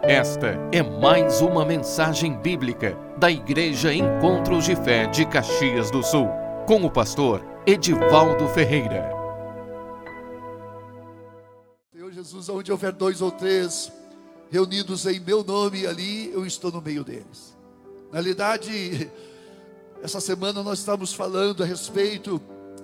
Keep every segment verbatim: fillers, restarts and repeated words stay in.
Esta é mais uma mensagem bíblica da Igreja Encontros de Fé de Caxias do Sul, com o pastor Edivaldo Ferreira. Senhor Jesus, onde houver dois ou três reunidos em meu nome, ali eu estou no meio deles. Na realidade, essa semana nós estamos falando a respeito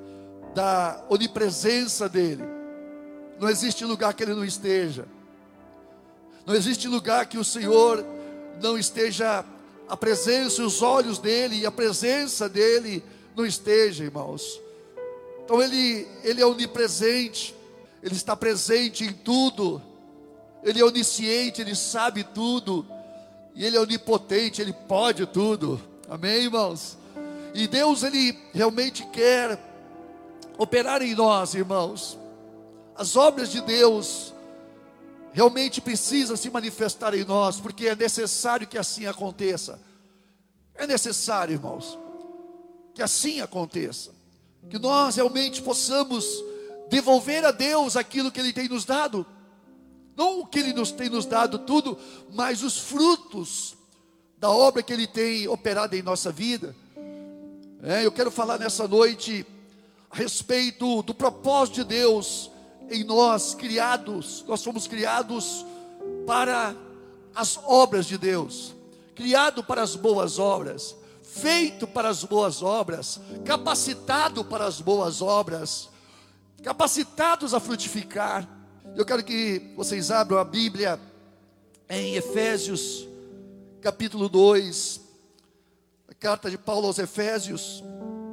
da onipresença dEle. Não existe lugar que Ele não esteja. Não existe lugar que o Senhor não esteja, a presença, os olhos dEle e a presença dEle não esteja, irmãos. Então Ele, Ele é onipresente, Ele está presente em tudo, Ele é onisciente, Ele sabe tudo, e Ele é onipotente, Ele pode tudo, amém, irmãos? E Deus, Ele realmente quer operar em nós, irmãos. As obras de Deus realmente precisam se manifestar em nós, porque é necessário que assim aconteça. É necessário, irmãos, que assim aconteça, que nós realmente possamos devolver a Deus aquilo que Ele tem nos dado, não o que Ele nos tem nos dado tudo, mas os frutos da obra que Ele tem operado em nossa vida. É, eu quero falar nessa noite a respeito do propósito de Deus em nós, criados. Nós fomos criados para as obras de Deus, criado para as boas obras, feito para as boas obras, capacitado para as boas obras, capacitados a frutificar. Eu quero que vocês abram a Bíblia em Efésios, capítulo dois, a carta de Paulo aos Efésios,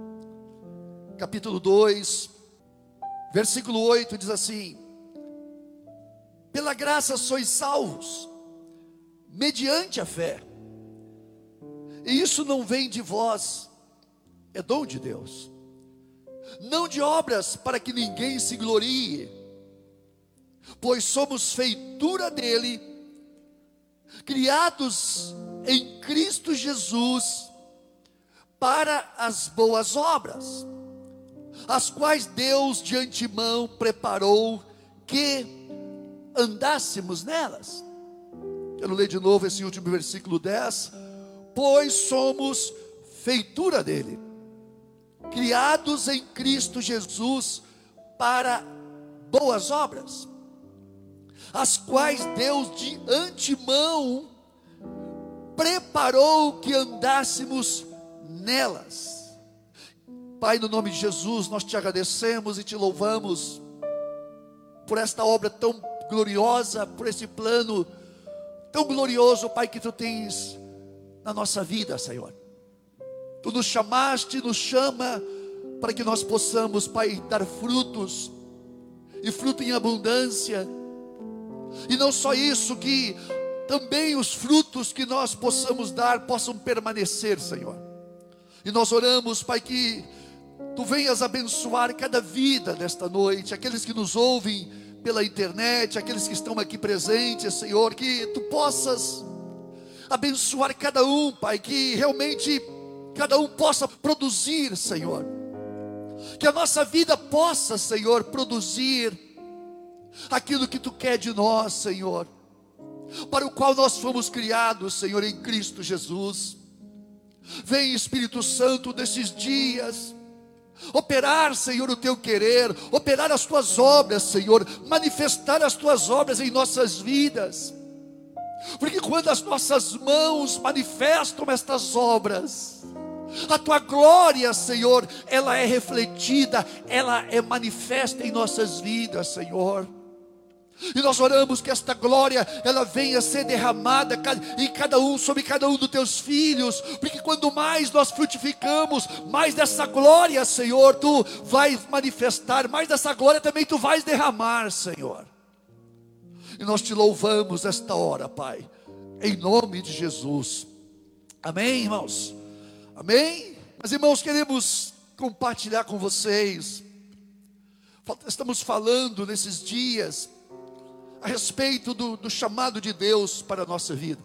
capítulo dois, versículo oito, diz assim: pela graça sois salvos, mediante a fé, e isso não vem de vós, é dom de Deus, não de obras para que ninguém se glorie, pois somos feitura dele, criados em Cristo Jesus, para as boas obras, as quais Deus de antemão preparou que andássemos nelas. Quero ler de novo esse último versículo dez. Pois somos feitura dele, criados em Cristo Jesus para boas obras, as quais Deus de antemão preparou que andássemos nelas. Pai, no nome de Jesus, nós te agradecemos e te louvamos por esta obra tão gloriosa, por esse plano tão glorioso, Pai, que tu tens na nossa vida, Senhor. Tu nos chamaste, nos chama para que nós possamos, Pai, dar frutos, e fruto em abundância. E não só isso, que também os frutos que nós possamos dar possam permanecer, Senhor. E nós oramos, Pai, que tu venhas abençoar cada vida nesta noite, aqueles que nos ouvem pela internet, aqueles que estão aqui presentes, Senhor, que tu possas abençoar cada um, Pai, que realmente cada um possa produzir, Senhor, que a nossa vida possa, Senhor, produzir aquilo que tu quer de nós, Senhor, para o qual nós fomos criados, Senhor, em Cristo Jesus. Vem, Espírito Santo, nesses dias, operar, Senhor, o teu querer, operar as tuas obras, Senhor, manifestar as tuas obras em nossas vidas, porque quando as nossas mãos manifestam estas obras, a tua glória, Senhor, ela é refletida, ela é manifesta em nossas vidas, Senhor. E nós oramos que esta glória, ela venha ser derramada em cada um, sobre cada um dos teus filhos, porque quando mais nós frutificamos, mais dessa glória, Senhor, tu vais manifestar, mais dessa glória também tu vais derramar, Senhor. E nós te louvamos esta hora, Pai, em nome de Jesus, amém, irmãos, amém. Mas, irmãos, queremos compartilhar com vocês, estamos falando nesses dias a respeito do, do chamado de Deus para a nossa vida.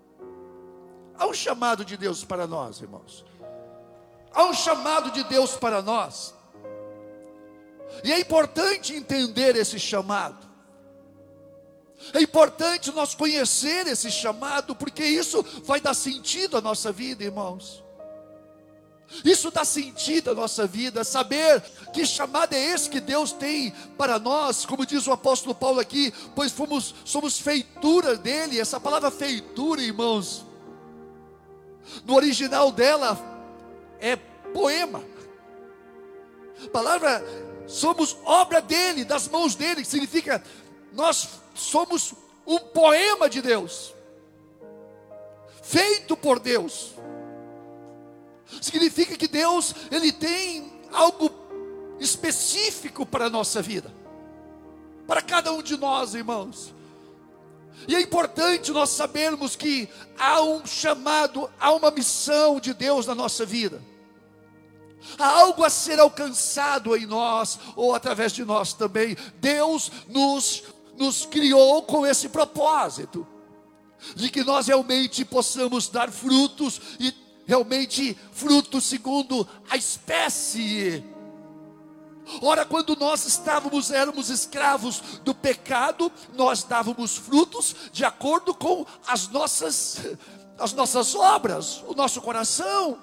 Há um chamado de Deus para nós, irmãos. Há um chamado de Deus para nós. E é importante entender esse chamado. É importante nós conhecer esse chamado, porque isso vai dar sentido à nossa vida, irmãos. Isso dá sentido à nossa vida, saber que chamado é esse que Deus tem para nós, como diz o apóstolo Paulo aqui, pois fomos, somos feitura dele. Essa palavra feitura, irmãos, no original dela é poema. A palavra, somos obra dele, das mãos dele, que significa, nós somos um poema de Deus, feito por Deus. Significa que Deus, Ele tem algo específico para a nossa vida, para cada um de nós, irmãos. E é importante nós sabermos que há um chamado, há uma missão de Deus na nossa vida. Há algo a ser alcançado em nós, ou através de nós também. Deus nos, nos criou com esse propósito, de que nós realmente possamos dar frutos, e realmente frutos segundo a espécie. Ora, quando nós estávamos, éramos escravos do pecado, nós dávamos frutos de acordo com as nossas, as nossas obras, o nosso coração.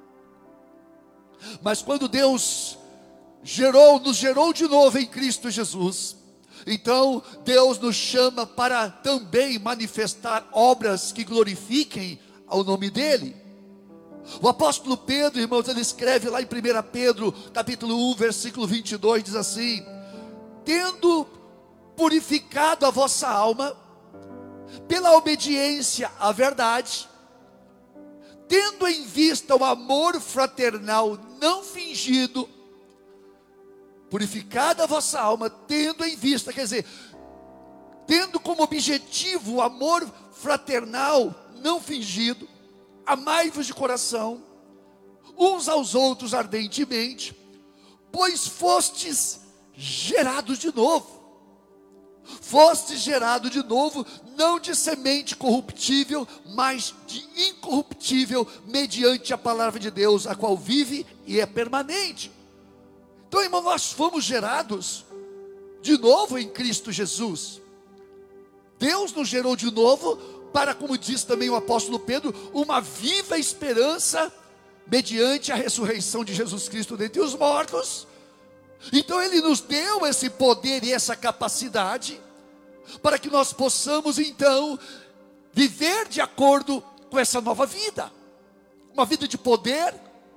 Mas quando Deus gerou, nos gerou de novo em Cristo Jesus, então Deus nos chama para também manifestar obras que glorifiquem ao nome dEle. O apóstolo Pedro, irmãos, ele escreve lá em primeira Pedro, capítulo um, versículo vinte e dois, diz assim: tendo purificado a vossa alma, pela obediência à verdade, tendo em vista o amor fraternal não fingido, purificada a vossa alma, tendo em vista, quer dizer, tendo como objetivo o amor fraternal não fingido, amai-vos de coração, uns aos outros ardentemente, pois fostes gerados de novo, fostes gerados de novo, não de semente corruptível, mas de incorruptível, mediante a palavra de Deus, a qual vive e é permanente. Então, irmão, nós fomos gerados de novo em Cristo Jesus. Deus nos gerou de novo para, como diz também o apóstolo Pedro, uma viva esperança mediante a ressurreição de Jesus Cristo dentre os mortos. Então Ele nos deu esse poder e essa capacidade para que nós possamos então viver de acordo com essa nova vida, uma vida de poder.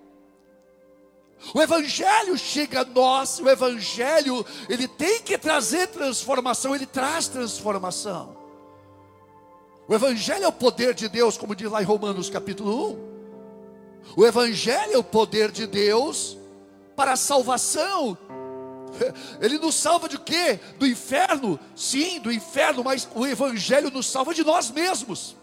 O Evangelho chega a nós, o Evangelho, ele tem que trazer transformação, ele traz transformação. O Evangelho é o poder de Deus, como diz lá em Romanos capítulo um. O Evangelho é o poder de Deus para a salvação. Ele nos salva de quê? Do inferno? Sim, do inferno, mas o Evangelho nos salva de nós mesmos.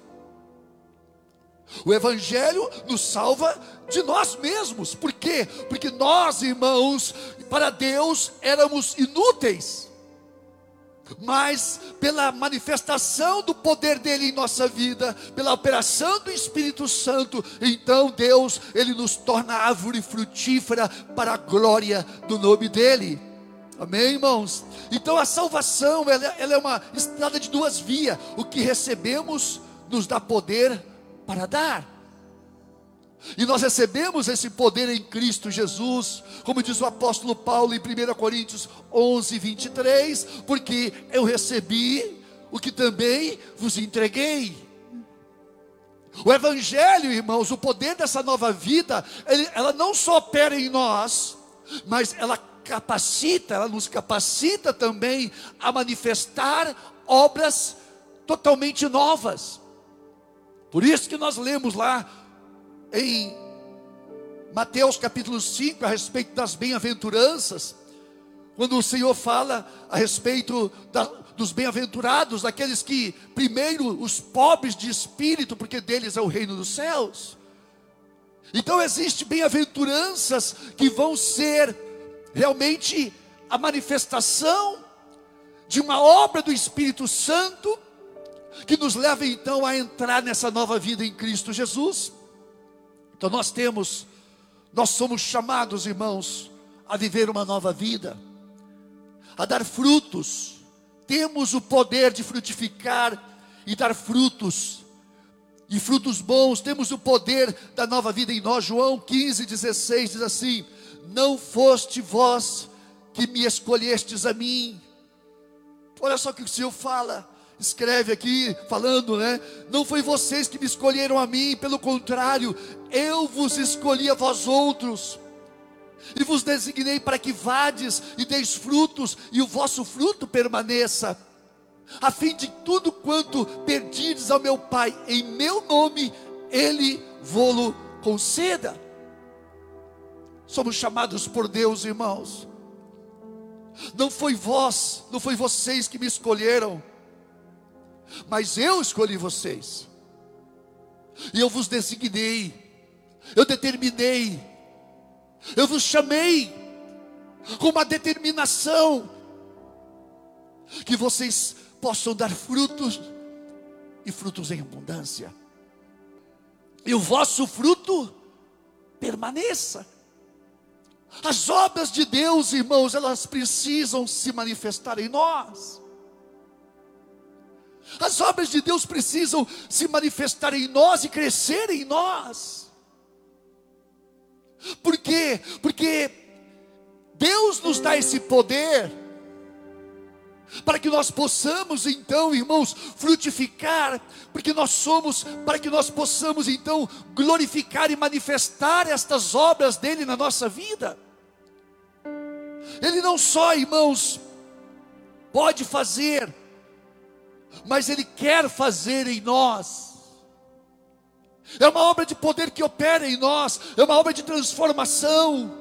O Evangelho nos salva de nós mesmos. Por quê? Porque nós, irmãos, para Deus éramos inúteis, mas pela manifestação do poder dele em nossa vida, pela operação do Espírito Santo, então Deus, ele nos torna árvore frutífera para a glória do nome dele. Amém, irmãos? Então a salvação, ela, ela é uma estrada de duas vias. O que recebemos nos dá poder para dar. E nós recebemos esse poder em Cristo Jesus, como diz o apóstolo Paulo em primeira Coríntios onze, vinte e três, porque eu recebi o que também vos entreguei. O Evangelho, irmãos, o poder dessa nova vida, ele, ela não só opera em nós, mas ela capacita, ela nos capacita também a manifestar obras totalmente novas. Por isso que nós lemos lá em Mateus capítulo cinco, a respeito das bem-aventuranças, quando o Senhor fala a respeito da, dos bem-aventurados, daqueles que, primeiro, os pobres de espírito, porque deles é o reino dos céus. Então existem bem-aventuranças que vão ser realmente a manifestação de uma obra do Espírito Santo, que nos leva então a entrar nessa nova vida em Cristo Jesus. Então nós temos, nós somos chamados, irmãos, a viver uma nova vida, a dar frutos, temos o poder de frutificar e dar frutos, e frutos bons, temos o poder da nova vida em nós. João quinze, dezesseis diz assim: não foste vós que me escolhestes a mim. Olha só o que o Senhor fala, escreve aqui, falando, né? Não foi vocês que me escolheram a mim, pelo contrário, eu vos escolhi a vós outros, e vos designei para que vades e deis frutos, e o vosso fruto permaneça, a fim de tudo quanto pedirdes ao meu Pai, em meu nome, Ele vô-lo conceda. Somos chamados por Deus, irmãos. Não foi vós, não foi vocês que me escolheram, mas eu escolhi vocês, e eu vos designei, eu determinei, eu vos chamei, com uma determinação, que vocês possam dar frutos, e frutos em abundância, e o vosso fruto permaneça. As obras de Deus, irmãos, elas precisam se manifestar em nós. As obras de Deus precisam se manifestar em nós e crescer em nós. Por quê? Porque Deus nos dá esse poder, para que nós possamos então, irmãos, frutificar, porque nós somos, para que nós possamos então glorificar e manifestar estas obras dele na nossa vida. Ele não só, irmãos, pode fazer, mas Ele quer fazer em nós. É uma obra de poder que opera em nós, é uma obra de transformação.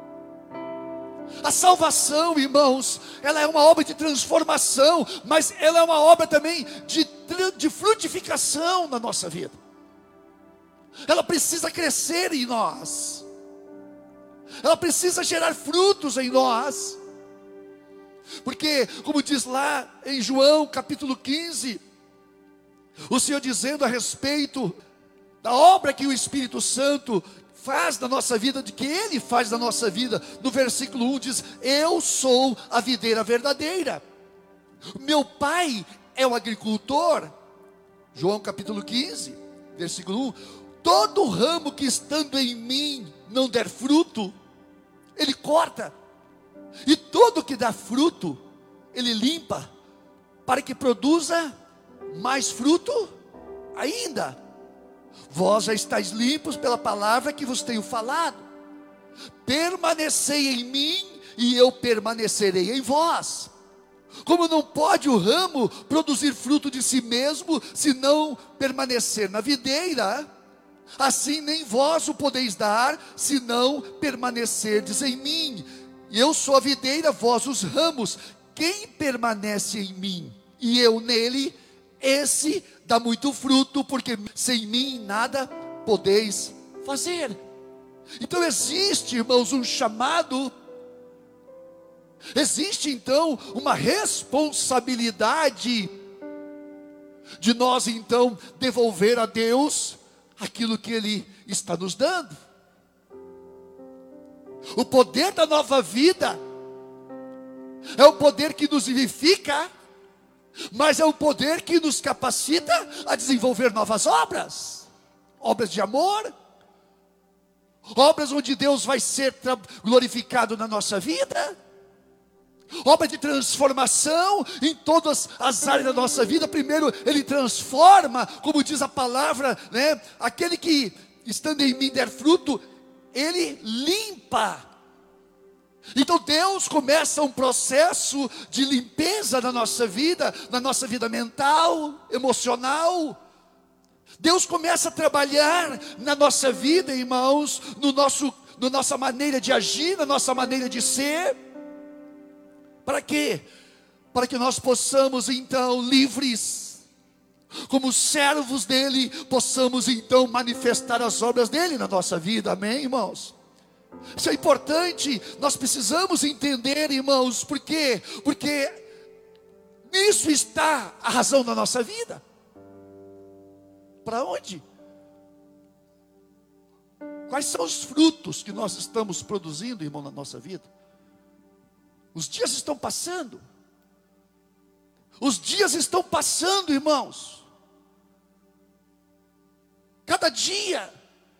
A salvação, irmãos, ela é uma obra de transformação, mas ela é uma obra também de, de frutificação na nossa vida. Ela precisa crescer em nós, ela precisa gerar frutos em nós, porque, como diz lá em João capítulo quinze, o Senhor dizendo a respeito da obra que o Espírito Santo faz na nossa vida, de que Ele faz na nossa vida, no versículo um diz: eu sou a videira verdadeira, meu Pai é o agricultor. João capítulo quinze, versículo um: todo ramo que estando em mim não der fruto, Ele corta, e todo que dá fruto, Ele limpa, para que produza mais fruto ainda. Vós já estáis limpos pela palavra que vos tenho falado. Permanecei em mim, e eu permanecerei em vós. Como não pode o ramo produzir fruto de si mesmo, se não permanecer na videira, assim nem vós o podeis dar, se não permanecerdes em mim. E eu sou a videira, vós os ramos. Quem permanece em mim e eu nele, esse dá muito fruto, porque sem mim nada podeis fazer. Então existe, irmãos, um chamado, existe então uma responsabilidade de nós então devolver a Deus aquilo que Ele está nos dando. O poder da nova vida é o poder que nos vivifica, mas é o poder que nos capacita a desenvolver novas obras, obras de amor, obras onde Deus vai ser glorificado na nossa vida, obra de transformação em todas as áreas da nossa vida. Primeiro Ele transforma, como diz a palavra, né? Aquele que estando em mim der fruto, Ele limpa. Então Deus começa um processo de limpeza na nossa vida, na nossa vida mental, emocional. Deus começa a trabalhar na nossa vida, irmãos, no nosso, na nossa maneira de agir, na nossa maneira de ser. Para quê? Para que nós possamos então, livres, como servos dEle, possamos então manifestar as obras dEle na nossa vida. Amém, irmãos? Isso é importante, nós precisamos entender, irmãos. Por quê? Porque nisso está a razão da nossa vida. Para onde? Quais são os frutos que nós estamos produzindo, irmão, na nossa vida? Os dias estão passando, Os dias estão passando, irmãos. Cada dia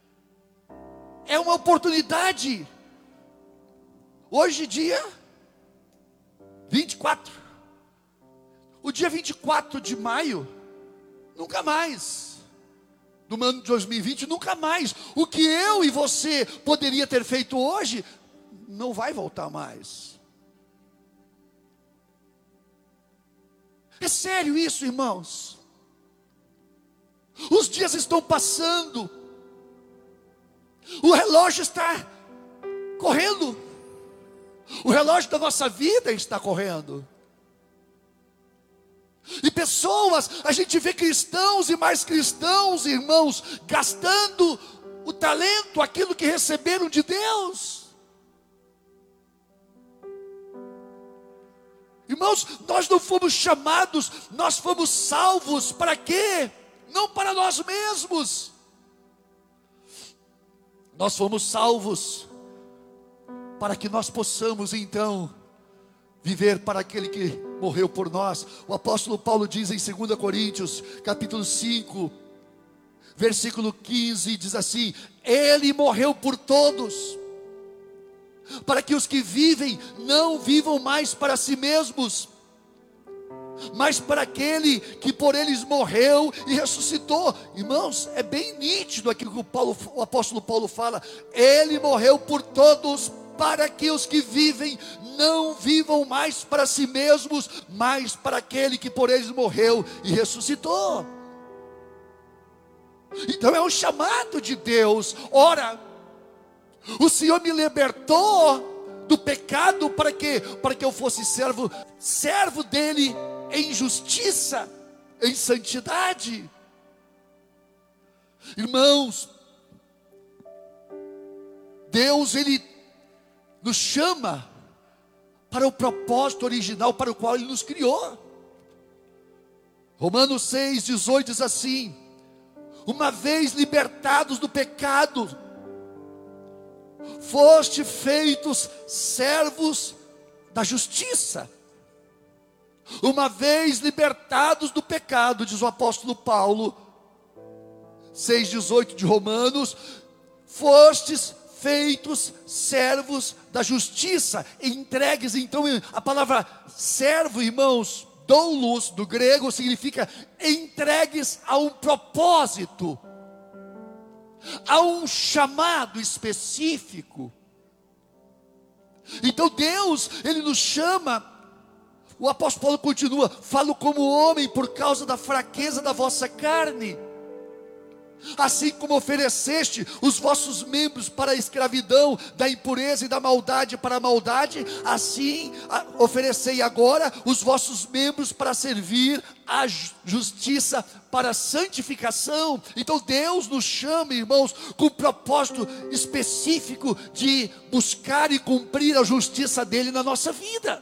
é uma oportunidade. Hoje, dia vinte e quatro. O dia vinte e quatro de maio, nunca mais. Do ano de dois mil e vinte, nunca mais. O que eu e você poderia ter feito hoje, não vai voltar mais. É sério isso, irmãos. Os dias estão passando. O relógio está correndo. O relógio da nossa vida está correndo. E pessoas, a gente vê cristãos e mais cristãos, irmãos, gastando o talento, aquilo que receberam de Deus. Irmãos, nós não fomos chamados, nós fomos salvos para quê? Não para nós mesmos. Nós fomos salvos para que nós possamos então viver para aquele que morreu por nós. O apóstolo Paulo diz em dois Coríntios, capítulo cinco, versículo quinze, diz assim: Ele morreu por todos, para que os que vivem não vivam mais para si mesmos, mas para aquele que por eles morreu e ressuscitou. Irmãos, é bem nítido aquilo que o, Paulo, o apóstolo Paulo fala. Ele morreu por todos, para que os que vivem não vivam mais para si mesmos, mas para aquele que por eles morreu e ressuscitou. Então é um chamado de Deus. Ora, o Senhor me libertou do pecado para que, para que eu fosse servo, servo dele em justiça, em santidade. Irmãos, Deus, Ele nos chama para o propósito original para o qual Ele nos criou. Romanos seis, dezoito diz assim: uma vez libertados do pecado, foste feitos servos da justiça. Uma vez libertados do pecado, diz o apóstolo Paulo, seis, dezoito de Romanos, fostes feitos servos da justiça, entregues. Então a palavra servo, irmãos, doulos do grego significa entregues a um propósito, a um chamado específico. Então Deus, Ele nos chama. O apóstolo Paulo continua: falo como homem por causa da fraqueza da vossa carne. Assim como ofereceste os vossos membros para a escravidão da impureza e da maldade para a maldade, assim oferecei agora os vossos membros para servir a justiça para a santificação. Então Deus nos chama, irmãos, com o propósito específico de buscar e cumprir a justiça dele na nossa vida.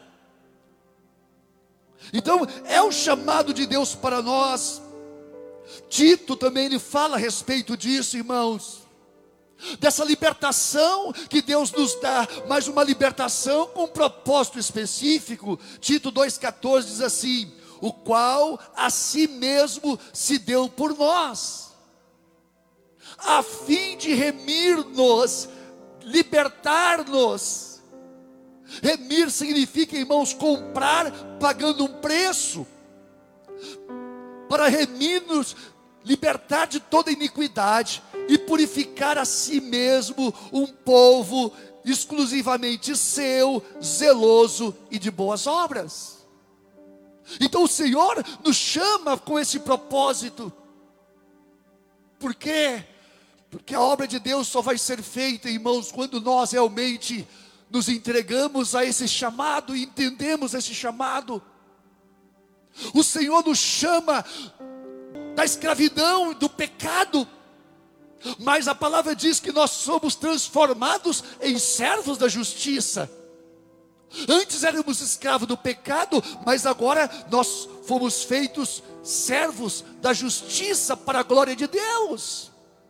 Então é o chamado de Deus para nós. Tito também ele fala a respeito disso, irmãos, dessa libertação que Deus nos dá, mas uma libertação com um propósito específico. Tito dois, catorze diz assim: o qual a si mesmo se deu por nós, a fim de remir-nos, libertar-nos. Remir significa, irmãos, comprar pagando um preço, para remir-nos, libertar de toda iniquidade e purificar a si mesmo um povo exclusivamente seu, zeloso e de boas obras. Então o Senhor nos chama com esse propósito. Por quê? Porque a obra de Deus só vai ser feita, irmãos, quando nós realmente nos entregamos a esse chamado e entendemos esse chamado. O Senhor nos chama da escravidão, do pecado, mas a palavra diz que nós somos transformados em servos da justiça. Antes éramos escravos do pecado, mas agora nós fomos feitos servos da justiça para a glória de Deus.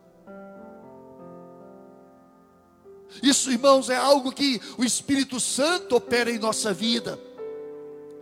Isso, irmãos, é algo que o Espírito Santo opera em nossa vida.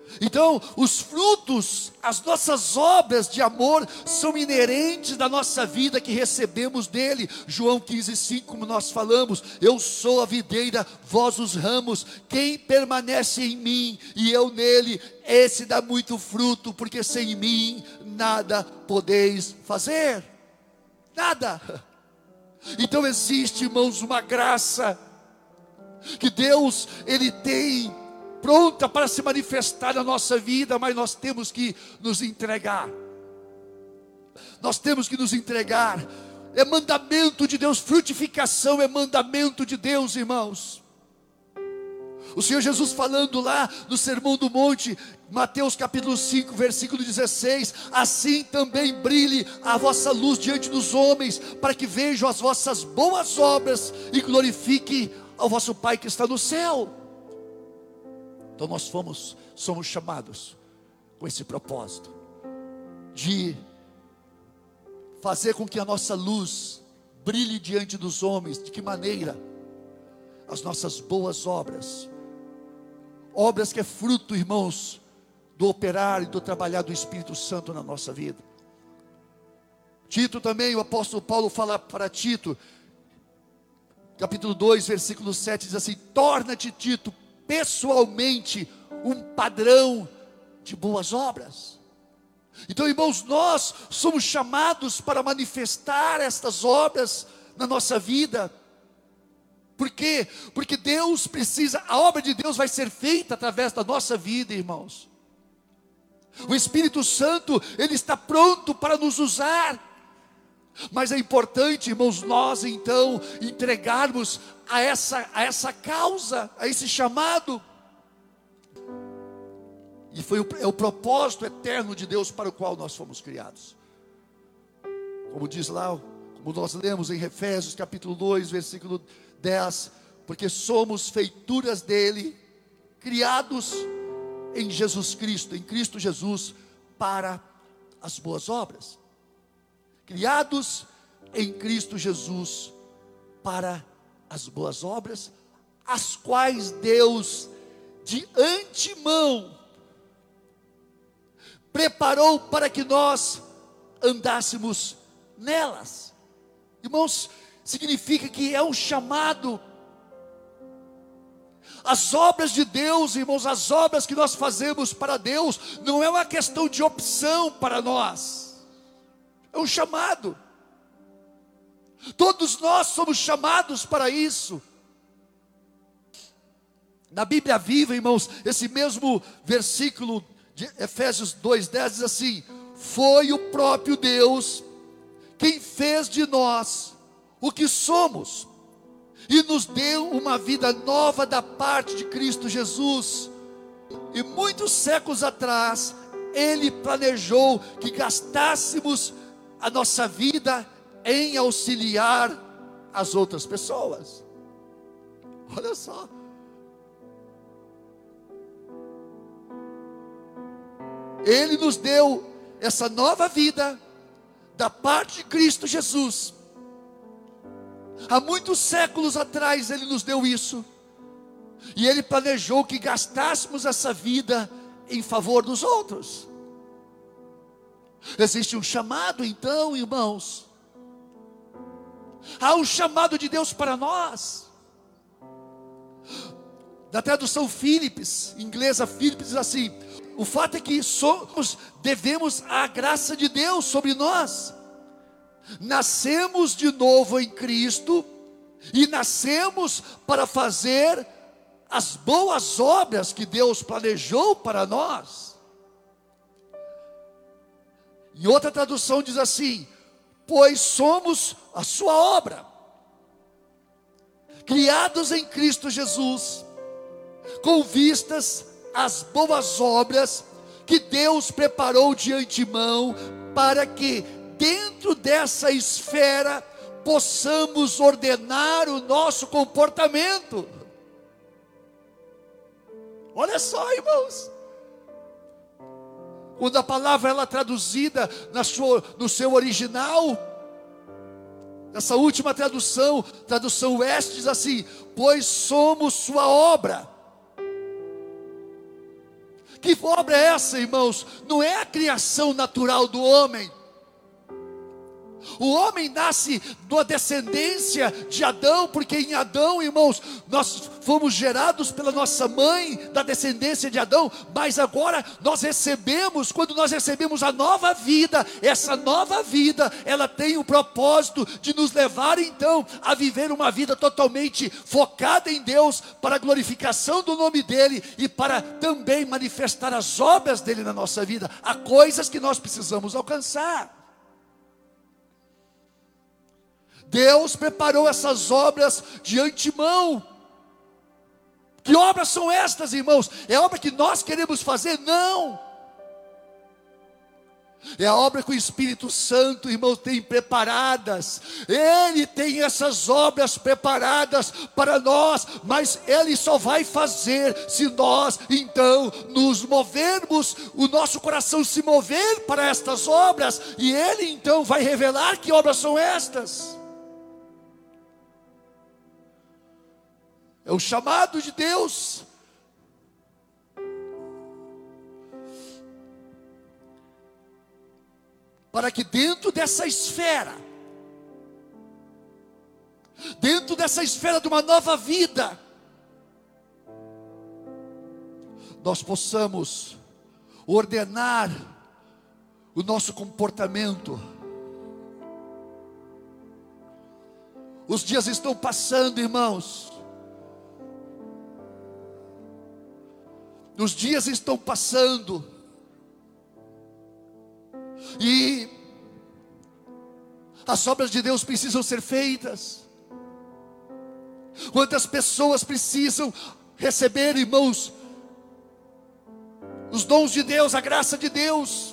Então, os frutos, as nossas obras de amor são inerentes da nossa vida que recebemos dele. João quinze, cinco, como nós falamos: eu sou a videira, vós os ramos. Quem permanece em mim e eu nele, esse dá muito fruto, porque sem mim nada podeis fazer. Nada. Então existe, irmãos, uma graça que Deus, Ele tem pronta para se manifestar na nossa vida, mas nós temos que nos entregar. Nós temos que nos entregar. É mandamento de Deus, frutificação é mandamento de Deus, irmãos. O Senhor Jesus falando lá no Sermão do Monte, Mateus capítulo cinco, versículo dezesseis: assim também brilhe a vossa luz diante dos homens, para que vejam as vossas boas obras e glorifique ao vosso Pai que está no céu. Então nós fomos, somos chamados com esse propósito de fazer com que a nossa luz brilhe diante dos homens. De que maneira? As nossas boas obras, obras que é fruto, irmãos, do operar e do trabalhar do Espírito Santo na nossa vida. Tito também, o apóstolo Paulo fala para Tito, capítulo dois, versículo sete, diz assim: torna-te, Tito, pessoalmente um padrão de boas obras. Então, irmãos, nós somos chamados para manifestar estas obras na nossa vida. Por quê? Porque Deus precisa, a obra de Deus vai ser feita através da nossa vida, irmãos. O Espírito Santo, Ele está pronto para nos usar. Mas é importante, irmãos, nós então entregarmos a essa, a essa causa, a esse chamado. E foi o, é o propósito eterno de Deus para o qual nós fomos criados. Como diz lá, como nós lemos em Efésios capítulo dois, versículo dez: porque somos feituras dele, criados em Jesus Cristo, em Cristo Jesus, para as boas obras. Criados em Cristo Jesus para as boas obras, as quais Deus de antemão preparou para que nós andássemos nelas. Irmãos, significa que é um chamado. As obras de Deus, irmãos, as obras que nós fazemos para Deus, não é uma questão de opção para nós. É um chamado. Todos nós somos chamados para isso. Na Bíblia Viva, irmãos, esse mesmo versículo de Efésios dois, dez diz assim: foi o próprio Deus quem fez de nós o que somos e nos deu uma vida nova da parte de Cristo Jesus. E muitos séculos atrás Ele planejou que gastássemos a nossa vida em auxiliar as outras pessoas. Olha só. Ele nos deu essa nova vida da parte de Cristo Jesus. Há muitos séculos atrás Ele nos deu isso. E Ele planejou que gastássemos essa vida em favor dos outros. Existe um chamado então, irmãos. Há um chamado de Deus para nós. Na tradução Phillips, inglesa Phillips, diz assim: o fato é que somos, devemos a graça de Deus sobre nós. Nascemos de novo em Cristo e nascemos para fazer as boas obras que Deus planejou para nós. E outra tradução diz assim: pois somos a sua obra, criados em Cristo Jesus, com vistas às boas obras que Deus preparou de antemão, para que dentro dessa esfera possamos ordenar o nosso comportamento. Olha só, irmãos. Quando a palavra ela é traduzida na sua, no seu original, nessa última tradução, tradução West, diz assim: pois somos sua obra. Que obra é essa, irmãos? Não é a criação natural do homem. O homem nasce da descendência de Adão, porque em Adão, irmãos, nós fomos gerados pela nossa mãe, da descendência de Adão, mas agora nós recebemos, quando nós recebemos a nova vida, essa nova vida, ela tem o propósito de nos levar então a viver uma vida totalmente focada em Deus, para a glorificação do nome dEle e para também manifestar as obras dEle na nossa vida. Há coisas que nós precisamos alcançar. Deus preparou essas obras de antemão. Que obras são estas, irmãos? É obra que nós queremos fazer? Não. É a obra que o Espírito Santo, irmãos, tem preparadas. Ele tem essas obras preparadas para nós, mas Ele só vai fazer se nós, então, nos movermos, o nosso coração se mover para estas obras, e Ele, então, vai revelar que obras são estas. É o chamado de Deus. Para que dentro dessa esfera, dentro dessa esfera de uma nova vida, nós possamos ordenar o nosso comportamento. Os dias estão passando, irmãos. Os dias estão passando. E as obras de Deus precisam ser feitas. Quantas pessoas precisam receber, irmãos, os dons de Deus, a graça de Deus.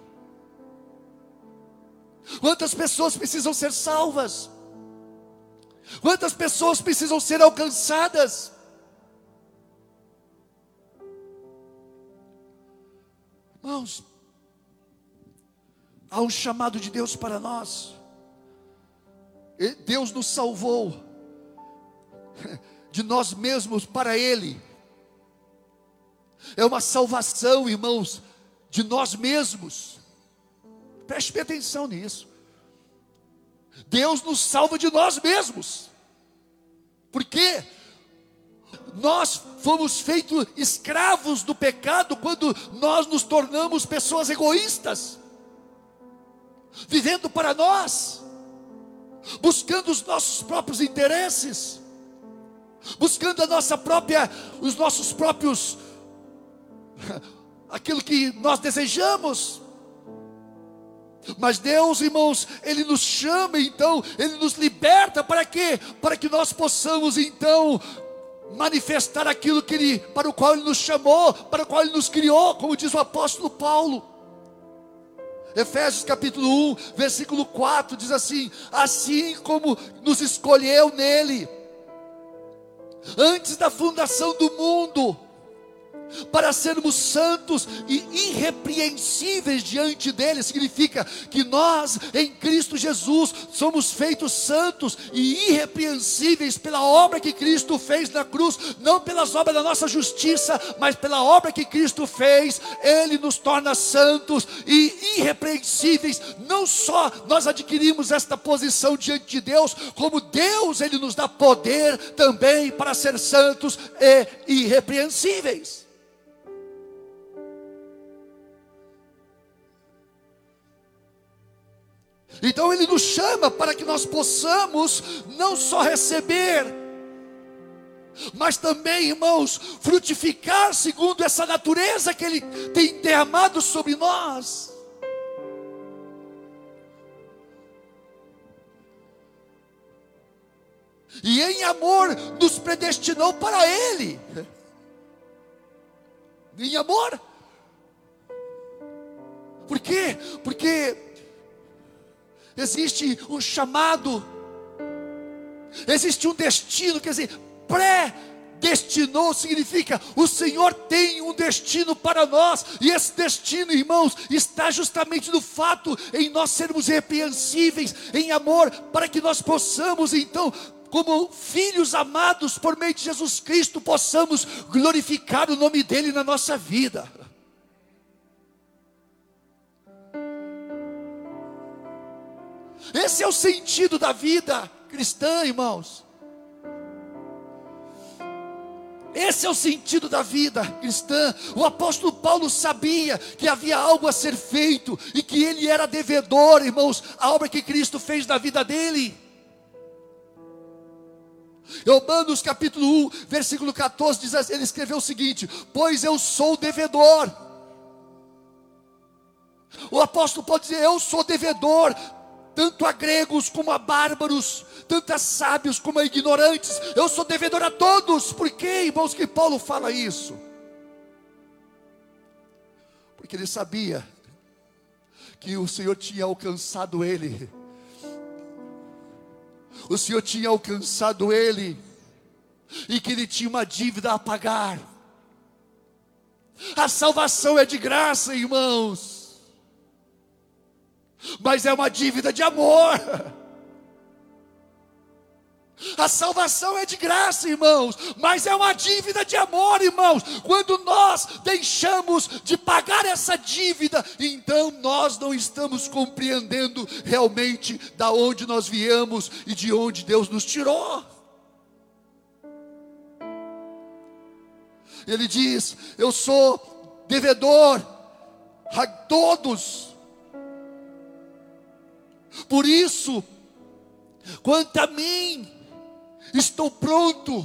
Quantas pessoas precisam ser salvas. Quantas pessoas precisam ser alcançadas. Irmãos, há um chamado de Deus para nós. Deus nos salvou de nós mesmos para Ele. É uma salvação, irmãos, de nós mesmos. Preste atenção nisso. Deus nos salva de nós mesmos. Por quê? Nós fomos feitos escravos do pecado quando nós nos tornamos pessoas egoístas, vivendo para nós, buscando os nossos próprios interesses, buscando a nossa própria, os nossos próprios, aquilo que nós desejamos. Mas Deus, irmãos, Ele nos chama então, Ele nos liberta para quê? Para que nós possamos então manifestar aquilo que ele, para o qual Ele nos chamou, para o qual Ele nos criou, como diz o apóstolo Paulo. Efésios capítulo um, versículo quatro, diz assim: assim como nos escolheu nele, antes da fundação do mundo, para sermos santos e irrepreensíveis diante dele. Significa que nós em Cristo Jesus somos feitos santos e irrepreensíveis pela obra que Cristo fez na cruz, não pelas obras da nossa justiça, mas pela obra que Cristo fez. Ele nos torna santos e irrepreensíveis. Não só nós adquirimos esta posição diante de Deus, como Deus, Ele nos dá poder também para ser santos e irrepreensíveis. Então Ele nos chama para que nós possamos não só receber, mas também, irmãos, frutificar segundo essa natureza que Ele tem derramado sobre nós. E em amor nos predestinou para Ele. Em amor. Por quê? Porque existe um chamado, existe um destino, quer dizer, pré-destinou significa, o Senhor tem um destino para nós, e esse destino, irmãos, está justamente no fato, em nós sermos irrepreensíveis, em amor, para que nós possamos então, como filhos amados por meio de Jesus Cristo, possamos glorificar o nome dEle na nossa vida. Esse é o sentido da vida cristã, irmãos. Esse é o sentido da vida cristã. O apóstolo Paulo sabia que havia algo a ser feito e que ele era devedor, irmãos, a obra que Cristo fez na vida dele. Romanos capítulo um, versículo catorze, diz assim, ele escreveu o seguinte: pois eu sou devedor. O apóstolo pode dizer: eu sou devedor, tanto a gregos como a bárbaros, tanto a sábios como a ignorantes, eu sou devedor a todos. Por que, irmãos, que Paulo fala isso? Porque ele sabia que o Senhor tinha alcançado ele. O Senhor tinha alcançado ele, e que ele tinha uma dívida a pagar. A salvação é de graça, irmãos, mas é uma dívida de amor. A salvação é de graça, irmãos, mas é uma dívida de amor, irmãos. Quando nós deixamos de pagar essa dívida, então nós não estamos compreendendo realmente da onde nós viemos e de onde Deus nos tirou. Ele diz: eu sou devedor a todos. Por isso, quanto a mim, estou pronto.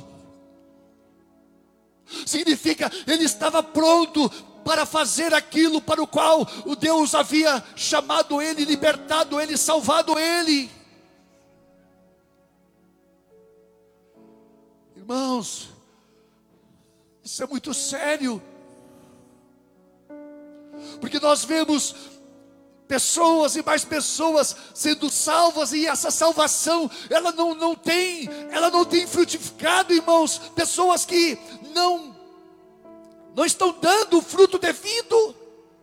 Significa, ele estava pronto para fazer aquilo para o qual o Deus havia chamado ele, libertado ele, salvado ele. Irmãos, isso é muito sério, porque nós vemos pessoas e mais pessoas sendo salvas, e essa salvação, ela não, não tem, ela não tem frutificado, irmãos. Pessoas que não, não estão dando o fruto devido,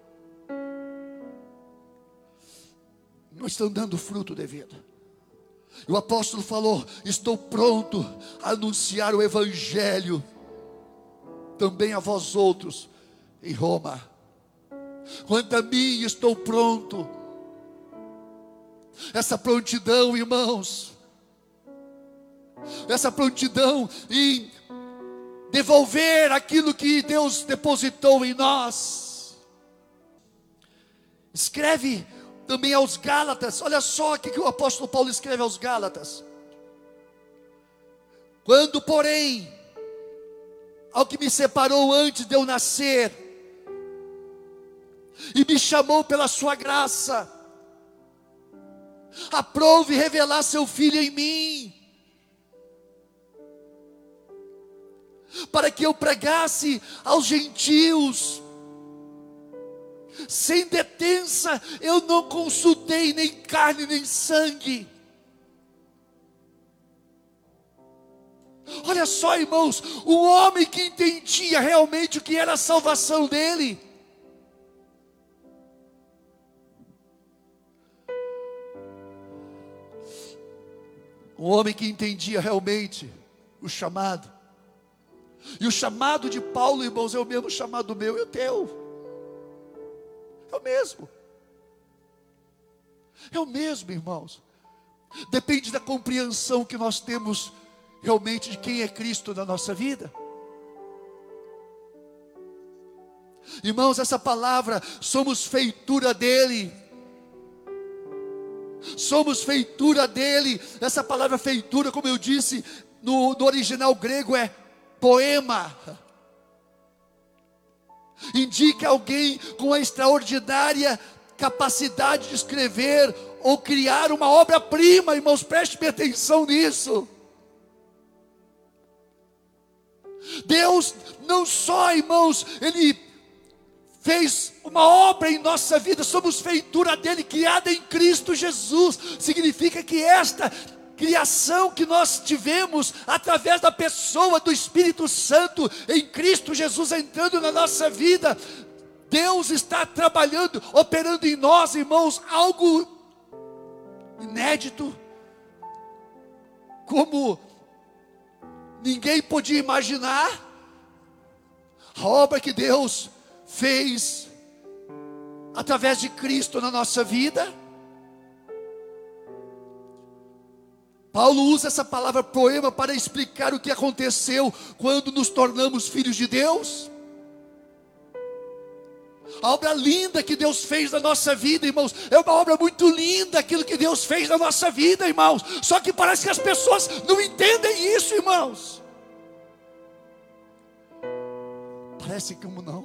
não estão dando o fruto devido. E o apóstolo falou: estou pronto a anunciar o evangelho também a vós outros em Roma. Quanto a mim, estou pronto. Essa prontidão, irmãos, essa prontidão em devolver aquilo que Deus depositou em nós. Escreve também aos Gálatas. Olha só o que o apóstolo Paulo escreve aos Gálatas: quando, porém, ao que me separou antes de eu nascer, e me chamou pela sua graça, aprove revelar seu Filho em mim, para que eu pregasse aos gentios. Sem detença, eu não consultei nem carne nem sangue. Olha só, irmãos, o homem que entendia realmente o que era a salvação dele. Um homem que entendia realmente o chamado. E o chamado de Paulo, irmãos, é o mesmo chamado meu e o teu. É o mesmo. É o mesmo, irmãos. Depende da compreensão que nós temos realmente de quem é Cristo na nossa vida. Irmãos, essa palavra, somos feitura dele. Somos feitura dele. Essa palavra feitura, como eu disse, no, no original grego é poema. Indica alguém com a extraordinária capacidade de escrever ou criar uma obra-prima. Irmãos, prestem atenção nisso. Deus não só, irmãos, Ele fez uma obra em nossa vida, somos feitura dele, criada em Cristo Jesus. Significa que esta criação que nós tivemos através da pessoa do Espírito Santo em Cristo Jesus entrando na nossa vida, Deus está trabalhando, operando em nós, irmãos, algo inédito, como ninguém podia imaginar. A obra que Deus fez através de Cristo na nossa vida. Paulo usa essa palavra poema para explicar o que aconteceu quando nos tornamos filhos de Deus. A obra linda que Deus fez na nossa vida, irmãos, é uma obra muito linda aquilo que Deus fez na nossa vida, irmãos. Só que parece que as pessoas não entendem isso, irmãos. Parece como não.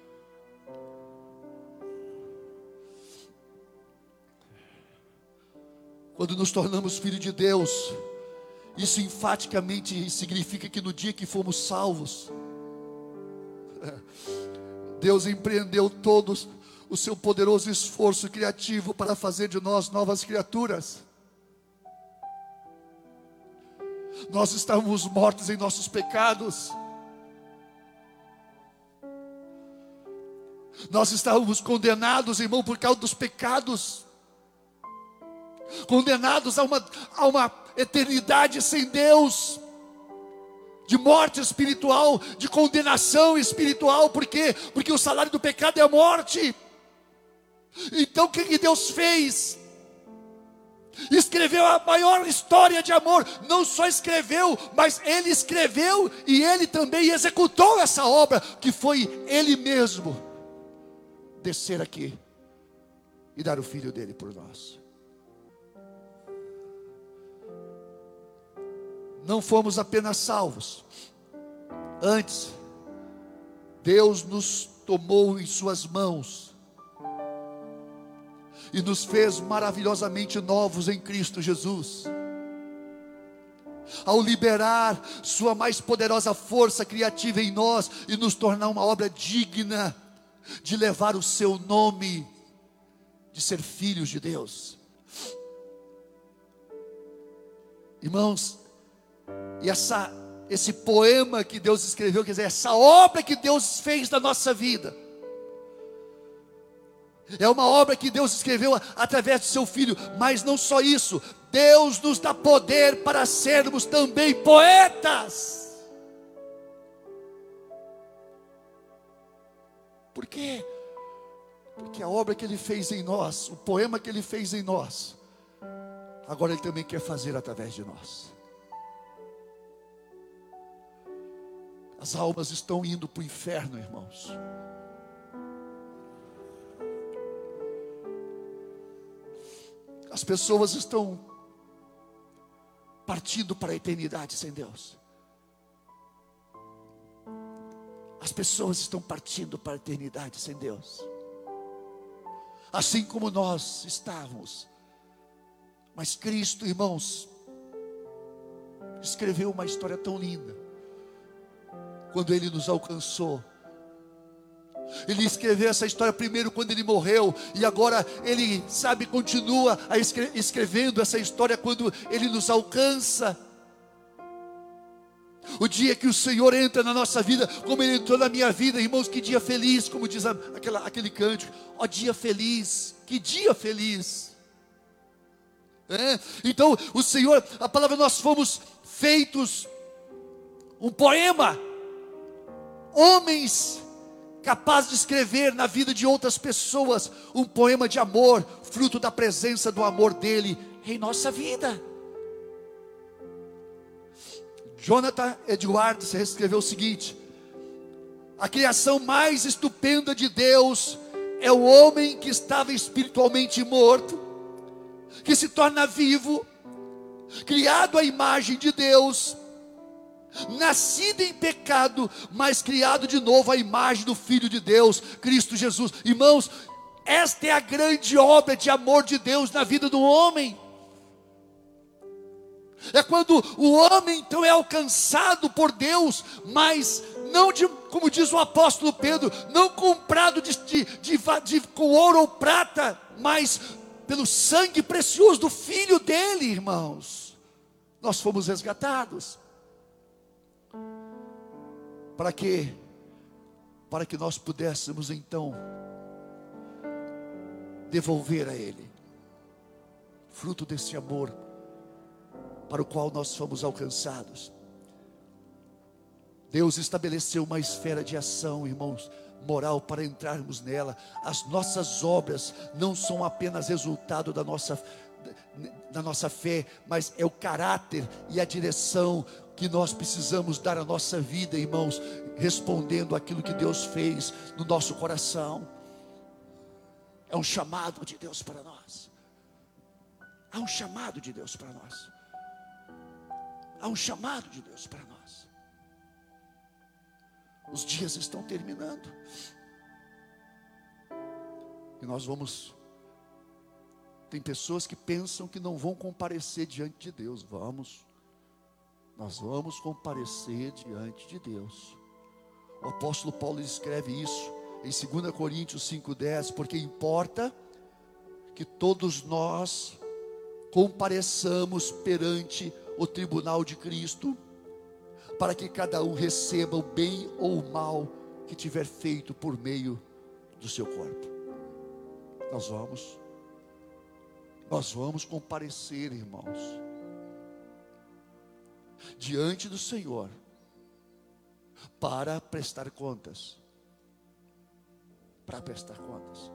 Quando nos tornamos filhos de Deus, isso enfaticamente significa que no dia que fomos salvos, Deus empreendeu todo o seu poderoso esforço criativo para fazer de nós novas criaturas. Nós estávamos mortos em nossos pecados. Nós estávamos condenados, irmão, por causa dos pecados. Condenados a uma, a uma eternidade sem Deus, de morte espiritual, de condenação espiritual. Por quê? Porque o salário do pecado é a morte. Então o que, que Deus fez? Escreveu a maior história de amor. Não só escreveu, mas Ele escreveu e Ele também executou essa obra, que foi Ele mesmo descer aqui e dar o Filho dele por nós. Não fomos apenas salvos. Antes, Deus nos tomou em suas mãos e nos fez maravilhosamente novos em Cristo Jesus. Ao liberar sua mais poderosa força criativa em nós e nos tornar uma obra digna de levar o seu nome, de ser filhos de Deus. Irmãos, e essa, esse poema que Deus escreveu, quer dizer, essa obra que Deus fez na nossa vida, é uma obra que Deus escreveu através do seu Filho. Mas não só isso, Deus nos dá poder para sermos também poetas. Por quê? Porque a obra que Ele fez em nós, o poema que Ele fez em nós, agora Ele também quer fazer através de nós. As almas estão indo para o inferno, irmãos. As pessoas estão partindo para a eternidade sem Deus. As pessoas estão partindo para a eternidade sem Deus. Assim como nós estávamos. Mas Cristo, irmãos, escreveu uma história tão linda. Quando Ele nos alcançou, Ele escreveu essa história primeiro quando Ele morreu, e agora Ele, sabe, continua a escre- escrevendo essa história quando Ele nos alcança. O dia que o Senhor entra na nossa vida, como Ele entrou na minha vida, irmãos, que dia feliz, como diz a, aquela, aquele cântico, ó dia feliz, que dia feliz. É? Então o Senhor, a palavra, nós fomos feitos um poema, homens capazes de escrever na vida de outras pessoas um poema de amor, fruto da presença do amor dele em nossa vida. Jonathan Edwards escreveu o seguinte: a criação mais estupenda de Deus é o homem que estava espiritualmente morto, que se torna vivo, criado à imagem de Deus, nascido em pecado, mas criado de novo à imagem do Filho de Deus, Cristo Jesus. Irmãos, esta é a grande obra de amor de Deus na vida do homem. É quando o homem então é alcançado por Deus, mas não de, como diz o apóstolo Pedro, não comprado de, de, de, de, com ouro ou prata, mas pelo sangue precioso do Filho dele, irmãos. Nós fomos resgatados. Para quê? Para que nós pudéssemos então devolver a Ele, fruto desse amor para o qual nós fomos alcançados. Deus estabeleceu uma esfera de ação, irmãos, moral, para entrarmos nela. As nossas obras não são apenas resultado da nossa, na nossa fé, mas é o caráter e a direção que nós precisamos dar à nossa vida, irmãos, respondendo aquilo que Deus fez no nosso coração. É um chamado de Deus para nós. Há um chamado de Deus para nós. Há um chamado de Deus para nós. Os dias estão terminando. E nós vamos... Tem pessoas que pensam que não vão comparecer diante de Deus. Vamos. Nós vamos comparecer diante de Deus. O apóstolo Paulo escreve isso em dois Coríntios cinco, dez. Porque importa que todos nós compareçamos perante o tribunal de Cristo, para que cada um receba o bem ou o mal que tiver feito por meio do seu corpo. Nós vamos, nós vamos comparecer, irmãos, diante do Senhor, para prestar contas, para prestar contas.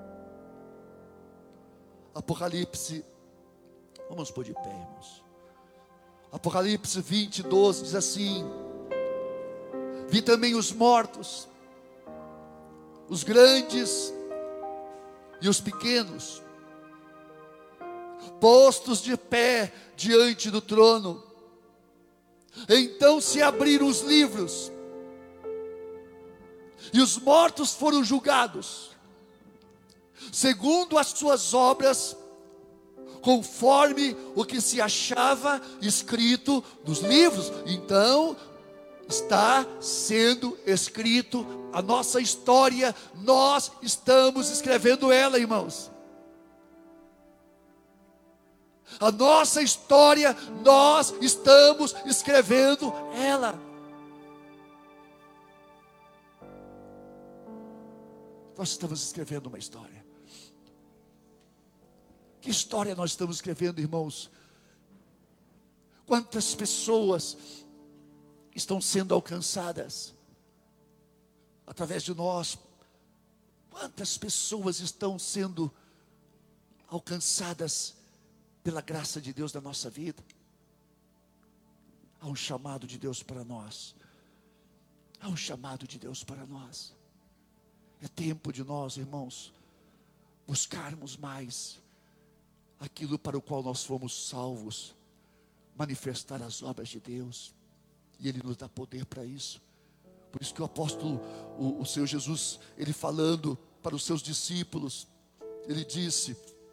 Apocalipse, vamos pôr de pé, irmãos. Apocalipse vinte, doze diz assim: vi também os mortos, os grandes e os pequenos, postos de pé diante do trono. Então se abriram os livros, e os mortos foram julgados, segundo as suas obras, conforme o que se achava escrito nos livros. Então está sendo escrito a nossa história, nós estamos escrevendo ela, irmãos. A nossa história, nós estamos escrevendo ela. Nós estamos escrevendo uma história. Que história nós estamos escrevendo, irmãos? Quantas pessoas estão sendo alcançadas através de nós? Quantas pessoas estão sendo alcançadas pela graça de Deus na nossa vida? Há um chamado de Deus para nós. Há um chamado de Deus para nós. É tempo de nós, irmãos, buscarmos mais aquilo para o qual nós fomos salvos, manifestar as obras de Deus, e Ele nos dá poder para isso. Por isso que o apóstolo, o, o Senhor Jesus, Ele falando para os seus discípulos, Ele disse,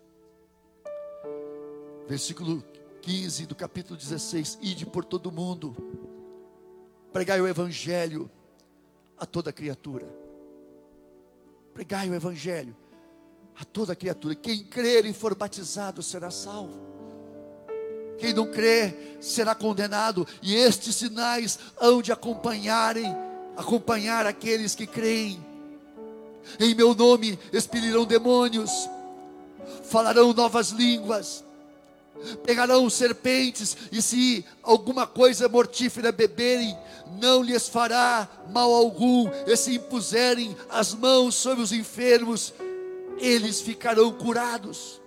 versículo quinze do capítulo dezesseis, ide por todo o mundo, pregai o evangelho a toda criatura. Pregai o evangelho a toda criatura. Quem crer e for batizado será salvo. Quem não crer será condenado. E estes sinais hão de acompanharem, acompanhar aqueles que creem. Em meu nome expelirão demônios, falarão novas línguas, pegarão serpentes, e se alguma coisa mortífera beberem, não lhes fará mal algum. E se impuserem as mãos sobre os enfermos, eles ficarão curados.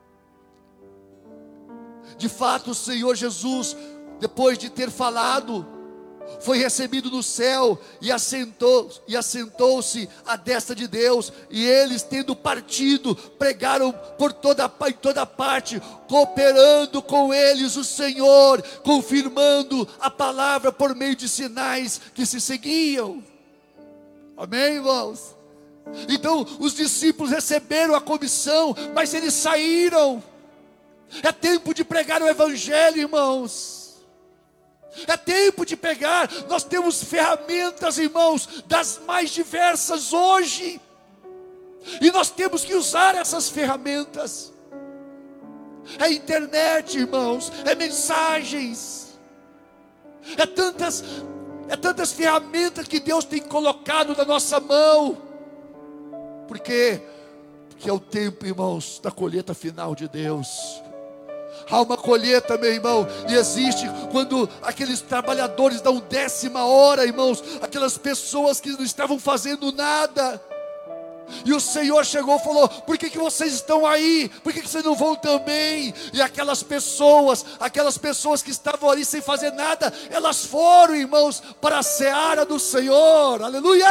De fato, o Senhor Jesus, depois de ter falado, foi recebido no céu e assentou, e assentou-se à destra de Deus. E eles, tendo partido, pregaram por toda, em toda parte, cooperando com eles o Senhor, confirmando a palavra por meio de sinais que se seguiam. Amém, irmãos? Então os discípulos receberam a comissão, mas eles saíram. É tempo de pregar o evangelho, irmãos. É tempo de pegar. Nós temos ferramentas, irmãos, das mais diversas hoje, e nós temos que usar essas ferramentas. É internet, irmãos, é mensagens, é tantas, é tantas ferramentas que Deus tem colocado na nossa mão. Por quê? Porque é o tempo, irmãos, da colheita final de Deus. Há uma colheita, meu irmão, e existe quando aqueles trabalhadores dão décima hora, irmãos, aquelas pessoas que não estavam fazendo nada, E o Senhor chegou e falou: por que, que vocês estão aí? Por que, que vocês não vão também? E aquelas pessoas, aquelas pessoas que estavam ali sem fazer nada, elas foram, irmãos, para a seara do Senhor. Aleluia!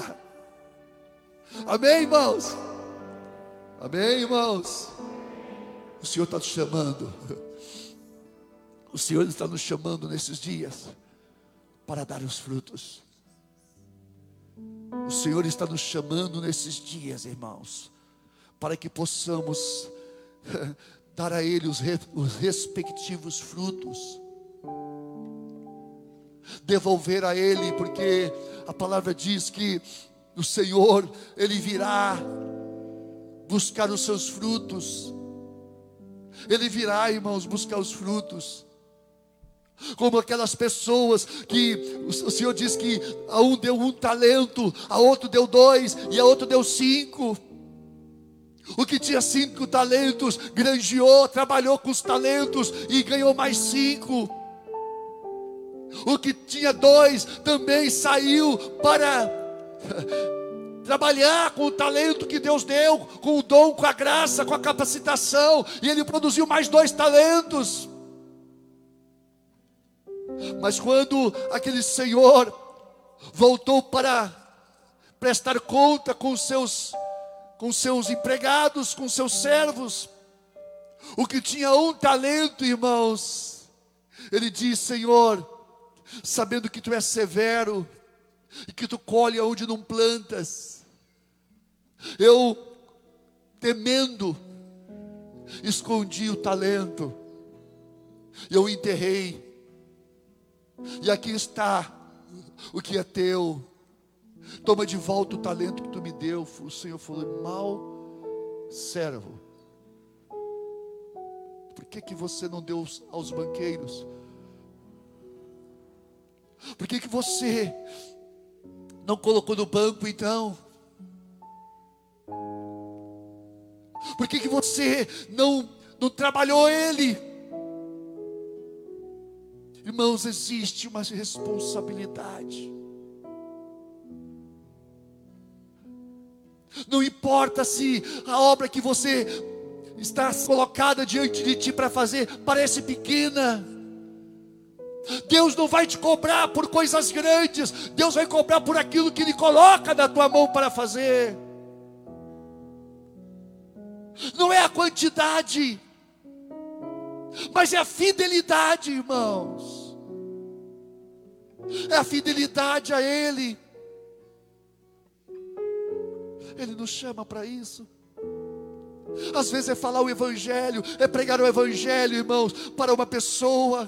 Amém, irmãos? Amém, irmãos? O Senhor está nos chamando. O Senhor está nos chamando nesses dias para dar os frutos. O Senhor está nos chamando nesses dias, irmãos, para que possamos dar a Ele os, re, os respectivos frutos, devolver a Ele, porque a palavra diz que o Senhor, Ele virá buscar os seus frutos. Ele virá, irmãos, buscar os frutos. Como aquelas pessoas que o Senhor diz que a um deu um talento, a outro deu dois e a outro deu cinco. O que tinha cinco talentos granjeou, trabalhou com os talentos e ganhou mais cinco. O que tinha dois também saiu para trabalhar com o talento que Deus deu, com o dom, com a graça, com a capacitação, e ele produziu mais dois talentos. Mas quando aquele senhor voltou para prestar conta com seus, com seus empregados, com seus servos, o que tinha um talento, irmãos, ele disse: Senhor, sabendo que tu és severo e que tu colhe onde não plantas, eu, temendo, escondi o talento, eu enterrei. E aqui está o que é teu. Toma de volta o talento que tu me deu. O Senhor falou: mau servo, por que que você não deu aos banqueiros? Por que que você não colocou no banco então? Por que que você não, não trabalhou ele? Irmãos, existe uma responsabilidade. Não importa se a obra que você está colocada diante de ti para fazer parece pequena. Deus não vai te cobrar por coisas grandes. Deus vai cobrar por aquilo que Ele coloca na tua mão para fazer. Não é a quantidade, mas é a fidelidade, irmãos. É a fidelidade a Ele. Ele nos chama para isso. Às vezes é falar o Evangelho, é pregar o Evangelho, irmãos, para uma pessoa,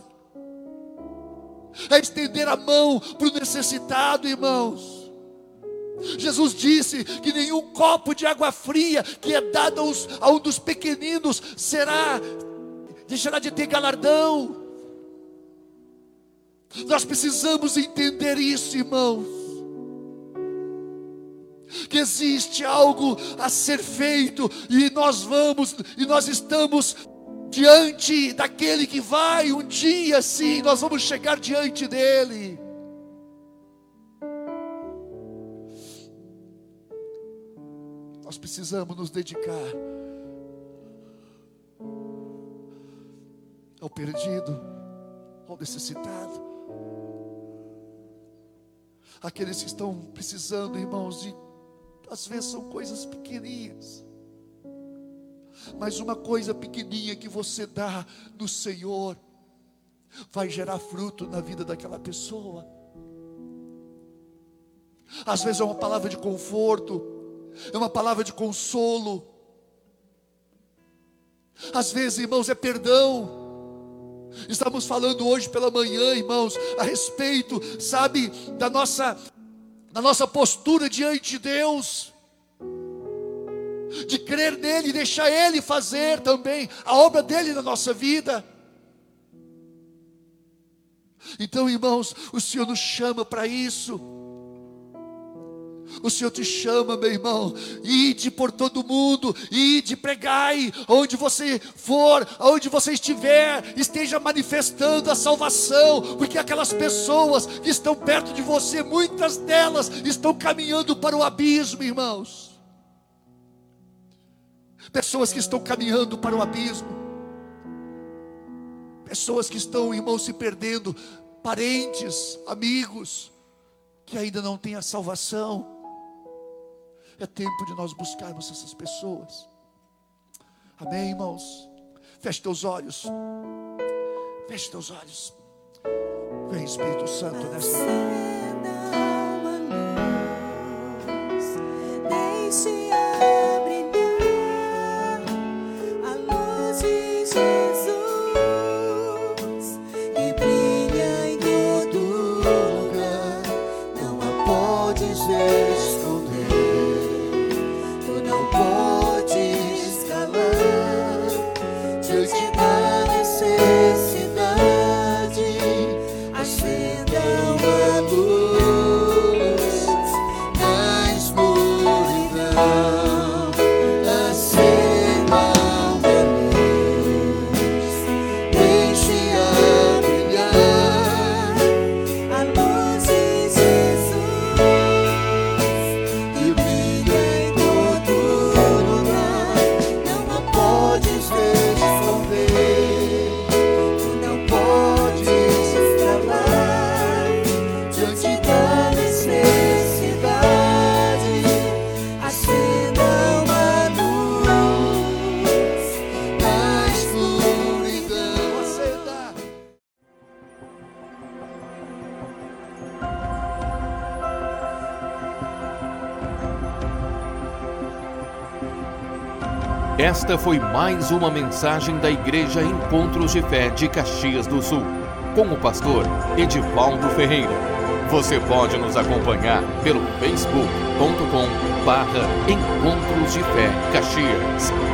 é estender a mão para o necessitado, irmãos. Jesus disse que nenhum copo de água fria que é dado aos, a um dos pequeninos será, deixará de ter galardão. Nós precisamos entender isso, irmãos, que existe algo a ser feito, e nós vamos, e nós estamos diante daquele que vai um dia, sim, nós vamos chegar diante dele. Nós precisamos nos dedicar ao perdido, ao necessitado, aqueles que estão precisando, irmãos, de, às vezes são coisas pequenininhas, mas uma coisa pequenininha que você dá no Senhor vai gerar fruto na vida daquela pessoa. Às vezes é uma palavra de conforto, é uma palavra de consolo. Às vezes, irmãos, é perdão. Estamos falando hoje pela manhã, irmãos, a respeito, sabe, da nossa, da nossa postura diante de Deus, de crer nele e deixar Ele fazer também a obra dele na nossa vida. Então, irmãos, o Senhor nos chama para isso. O Senhor te chama, meu irmão, ide por todo mundo, ide, pregai, onde você for, onde você estiver, esteja manifestando a salvação, porque aquelas pessoas que estão perto de você, muitas delas estão caminhando para o abismo, irmãos. pessoas que estão caminhando para o abismo, pessoas que estão, irmãos, se perdendo, parentes, amigos, que ainda não têm a salvação. É tempo de nós buscarmos essas pessoas. Amém, irmãos? Feche teus olhos. Feche teus olhos. Vem, Espírito Santo, nesta manhã. Esta foi mais uma mensagem da Igreja Encontros de Fé de Caxias do Sul, com o pastor Edivaldo Ferreira. Você pode nos acompanhar pelo facebook ponto com barra Encontros de Fé Caxias.